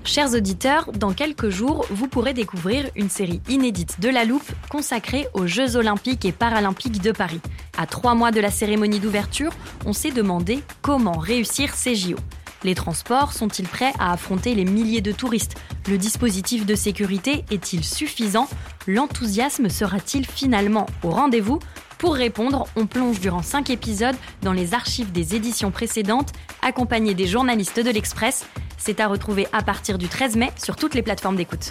Chers auditeurs, dans quelques jours, vous pourrez découvrir une série inédite de La Loupe consacrée aux Jeux Olympiques et Paralympiques de Paris. À 3 mois de la cérémonie d'ouverture, on s'est demandé comment réussir ces JO. Les transports sont-ils prêts à affronter les milliers de touristes ? Le dispositif de sécurité est-il suffisant ? L'enthousiasme sera-t-il finalement au rendez-vous ? Pour répondre, on plonge durant 5 épisodes dans les archives des éditions précédentes, accompagnés des journalistes de l'Express. C'est à retrouver à partir du 13 mai sur toutes les plateformes d'écoute.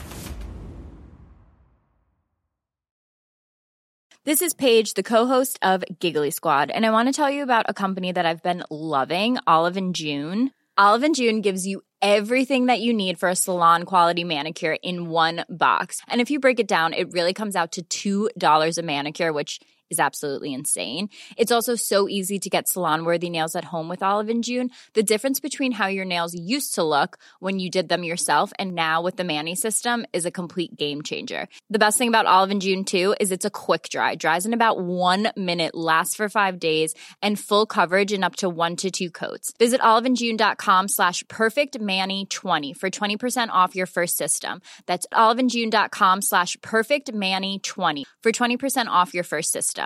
This is Paige, the co-host of Giggly Squad, and I want to tell you about a company that I've been loving, Olive & June. Olive & June gives you everything that you need for a salon-quality manicure in one box. And if you break it down, it really comes out to $2 a manicure, which is absolutely insane. It's also so easy to get salon-worthy nails at home with Olive & June. The difference between how your nails used to look when you did them yourself and now with the Mani system is a complete game changer. The best thing about Olive & June, too, is it's a quick dry. Dries in about 1 minute, lasts for 5 days, and full coverage in up to 1 to 2 coats. Visit oliveandjune.com/perfectmani20 for 20% off your first system. That's oliveandjune.com/perfectmani20 for 20% off your first system.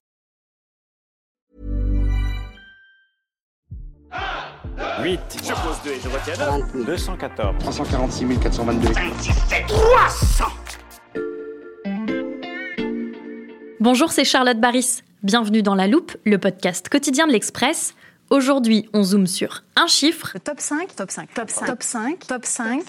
8. Je pose 2 et je retiens 9. 214. 346 422. 300. Bonjour, c'est Charlotte Baris. Bienvenue dans La Loupe, le podcast quotidien de l'Express. Aujourd'hui, on zoome sur un chiffre. Le top 5, top 5, top 5, top 5, top 5.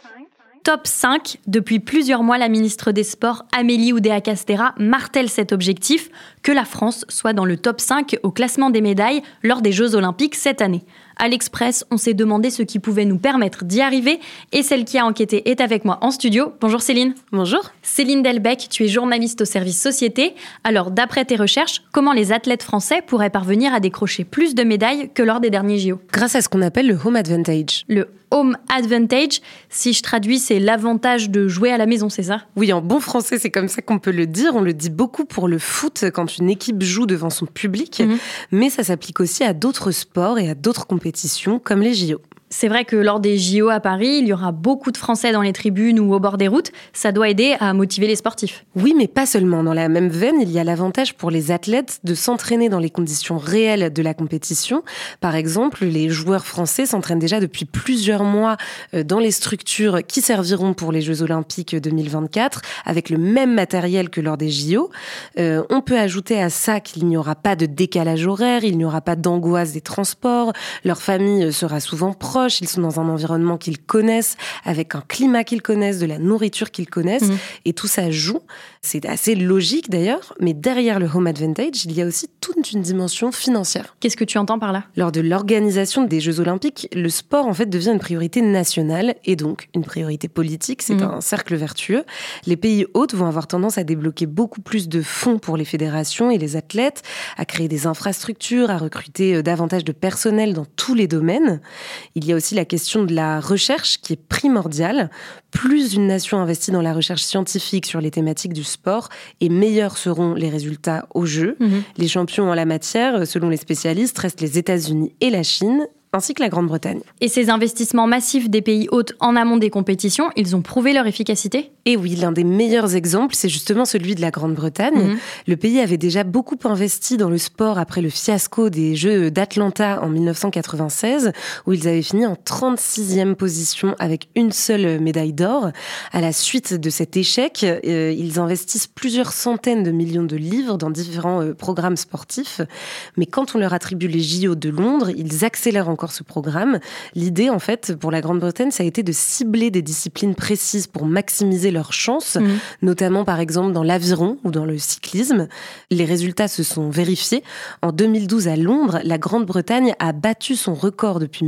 Top 5, depuis plusieurs mois, la ministre des Sports, Amélie Oudéa-Castéra, martèle cet objectif, que la France soit dans le top 5 au classement des médailles lors des Jeux Olympiques cette année. À l'Express, on s'est demandé ce qui pouvait nous permettre d'y arriver et celle qui a enquêté est avec moi en studio. Bonjour Céline. Bonjour. Céline Delbecq, tu es journaliste au service Société. Alors, d'après tes recherches, comment les athlètes français pourraient parvenir à décrocher plus de médailles que lors des derniers JO ? Grâce à ce qu'on appelle le home advantage. Le home advantage, si je traduis, c'est l'avantage de jouer à la maison, c'est ça ? Oui, en bon français, c'est comme ça qu'on peut le dire. On le dit beaucoup pour le foot, quand une équipe joue devant son public. Mais ça s'applique aussi à d'autres sports et à d'autres compétitions, comme les JO. C'est vrai que lors des JO à Paris, il y aura beaucoup de Français dans les tribunes ou au bord des routes. Ça doit aider à motiver les sportifs. Oui, mais pas seulement. Dans la même veine, il y a l'avantage pour les athlètes de s'entraîner dans les conditions réelles de la compétition. Par exemple, les joueurs français s'entraînent déjà depuis plusieurs mois dans les structures qui serviront pour les Jeux Olympiques 2024, avec le même matériel que lors des JO. On peut ajouter à ça qu'il n'y aura pas de décalage horaire, il n'y aura pas d'angoisse des transports, leur famille sera souvent proche, ils sont dans un environnement qu'ils connaissent, avec un climat qu'ils connaissent, de la nourriture qu'ils connaissent, et tout ça joue. C'est assez logique d'ailleurs, mais derrière le home advantage, il y a aussi toute une dimension financière. Qu'est-ce que tu entends par là ? Lors de l'organisation des Jeux Olympiques, le sport en fait devient une priorité nationale et donc une priorité politique. C'est un cercle vertueux. Les pays hôtes vont avoir tendance à débloquer beaucoup plus de fonds pour les fédérations et les athlètes, à créer des infrastructures, à recruter davantage de personnel dans tous les domaines. Il y a aussi la question de la recherche qui est primordiale. Plus une nation investit dans la recherche scientifique sur les thématiques du sport, et meilleurs seront les résultats aux Jeux. Les champions en la matière, selon les spécialistes, restent les États-Unis et la Chine, ainsi que la Grande-Bretagne. Et ces investissements massifs des pays hôtes en amont des compétitions, ils ont prouvé leur efficacité ? Et oui, l'un des meilleurs exemples, c'est justement celui de la Grande-Bretagne. Le pays avait déjà beaucoup investi dans le sport après le fiasco des Jeux d'Atlanta en 1996, où ils avaient fini en 36e position avec une seule médaille d'or. À la suite de cet échec, ils investissent plusieurs centaines de millions de livres dans différents programmes sportifs. Mais quand on leur attribue les JO de Londres, ils accélèrent encore ce programme. L'idée, en fait, pour la Grande-Bretagne, ça a été de cibler des disciplines précises pour maximiser leurs chances, notamment, par exemple, dans l'aviron ou dans le cyclisme. Les résultats se sont vérifiés. En 2012, à Londres, la Grande-Bretagne a battu son record depuis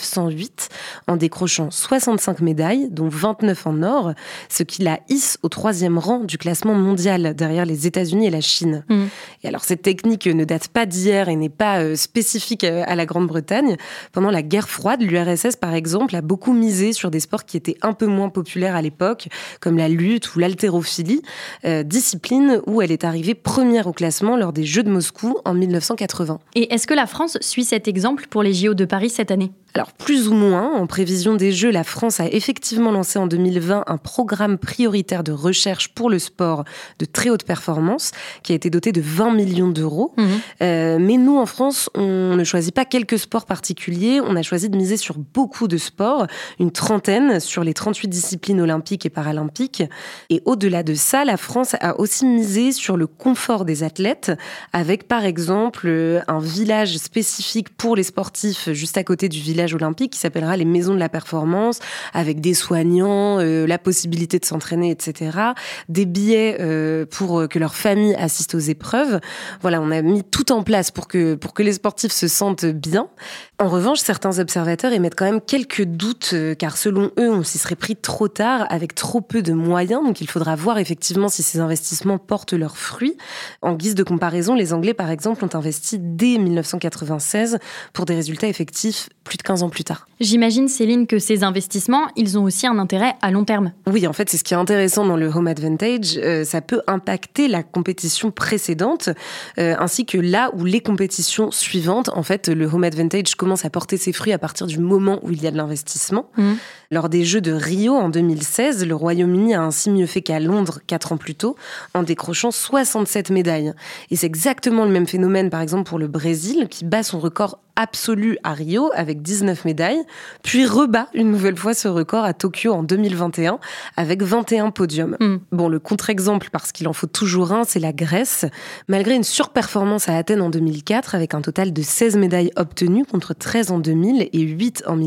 1908 en décrochant 65 médailles, dont 29 en or, ce qui la hisse au 3e rang du classement mondial, derrière les États-Unis et la Chine. Et alors, cette technique ne date pas d'hier et n'est pas spécifique à la Grande-Bretagne. Pendant la guerre froide, l'URSS, par exemple, a beaucoup misé sur des sports qui étaient un peu moins populaires à l'époque, comme la lutte ou l'haltérophilie, discipline où elle est arrivée première au classement lors des Jeux de Moscou en 1980. Et est-ce que la France suit cet exemple pour les JO de Paris cette année ? Alors plus ou moins, en prévision des Jeux, la France a effectivement lancé en 2020 un programme prioritaire de recherche pour le sport de très haute performance qui a été doté de 20 millions d'euros. Mais nous, en France, on ne choisit pas quelques sports particuliers, on a choisi de miser sur beaucoup de sports, une trentaine sur les 38 disciplines olympiques et paralympiques. Et au-delà de ça, la France a aussi misé sur le confort des athlètes avec par exemple un village spécifique pour les sportifs juste à côté du village olympique qui s'appellera les Maisons de la Performance, avec des soignants, la possibilité de s'entraîner, etc. Des billets pour que leur famille assiste aux épreuves. Voilà, on a mis tout en place pour que les sportifs se sentent bien. En revanche, certains observateurs émettent quand même quelques doutes, car selon eux, on s'y serait pris trop tard, avec trop peu de moyens. Donc il faudra voir effectivement si ces investissements portent leurs fruits. En guise de comparaison, les Anglais, par exemple, ont investi dès 1996 pour des résultats effectifs plus de 15 ans plus tard. J'imagine, Céline, que ces investissements, ils ont aussi un intérêt à long terme. Oui, en fait, c'est ce qui est intéressant dans le Home Advantage. Ça peut impacter la compétition précédente, ainsi que là où les compétitions suivantes. En fait, le Home Advantage commence à porter ses fruits à partir du moment où il y a de l'investissement. Lors des Jeux de Rio en 2016, le Royaume-Uni a ainsi mieux fait qu'à Londres 4 ans plus tôt, en décrochant 67 médailles. Et c'est exactement le même phénomène, par exemple, pour le Brésil, qui bat son record absolu à Rio avec 19 médailles, puis rebat une nouvelle fois ce record à Tokyo en 2021 avec 21 podiums. Bon, le contre-exemple, parce qu'il en faut toujours un, c'est la Grèce. Malgré une surperformance à Athènes en 2004 avec un total de 16 médailles obtenues contre 13 en 2000 et 8 en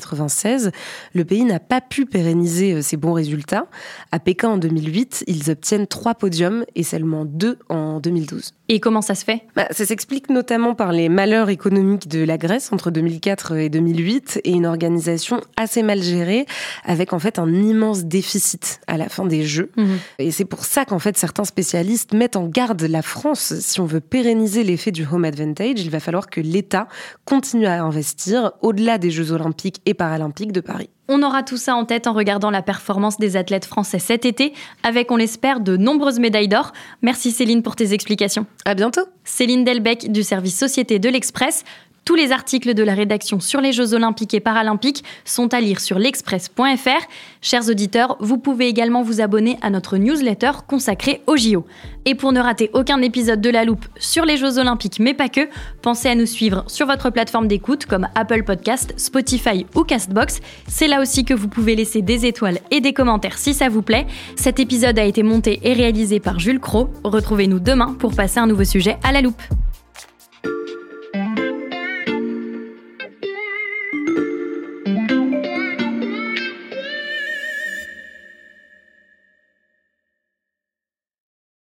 1996, le pays n'a pas pu pérenniser ses bons résultats. À Pékin en 2008, ils obtiennent 3 podiums et seulement 2 en 2012. Et comment ça se fait ? Ça s'explique notamment par les malheurs économiques de la Grèce entre 2004 et 2008 et une organisation assez mal gérée avec en fait un immense déficit à la fin des Jeux. Et c'est pour ça qu'en fait certains spécialistes mettent en garde la France. Si on veut pérenniser l'effet du Home Advantage, il va falloir que l'État continue à investir au-delà des Jeux olympiques et paralympiques de Paris. On aura tout ça en tête en regardant la performance des athlètes français cet été, avec, on l'espère, de nombreuses médailles d'or. Merci Céline pour tes explications. À bientôt. Céline Delbecq du service Société de l'Express. Tous les articles de la rédaction sur les Jeux olympiques et paralympiques sont à lire sur l'express.fr. Chers auditeurs, vous pouvez également vous abonner à notre newsletter consacrée aux JO. Et pour ne rater aucun épisode de La Loupe sur les Jeux olympiques, mais pas que, pensez à nous suivre sur votre plateforme d'écoute comme Apple Podcast, Spotify ou Castbox. C'est là aussi que vous pouvez laisser des étoiles et des commentaires si ça vous plaît. Cet épisode a été monté et réalisé par Jules Cros. Retrouvez-nous demain pour passer un nouveau sujet à La Loupe.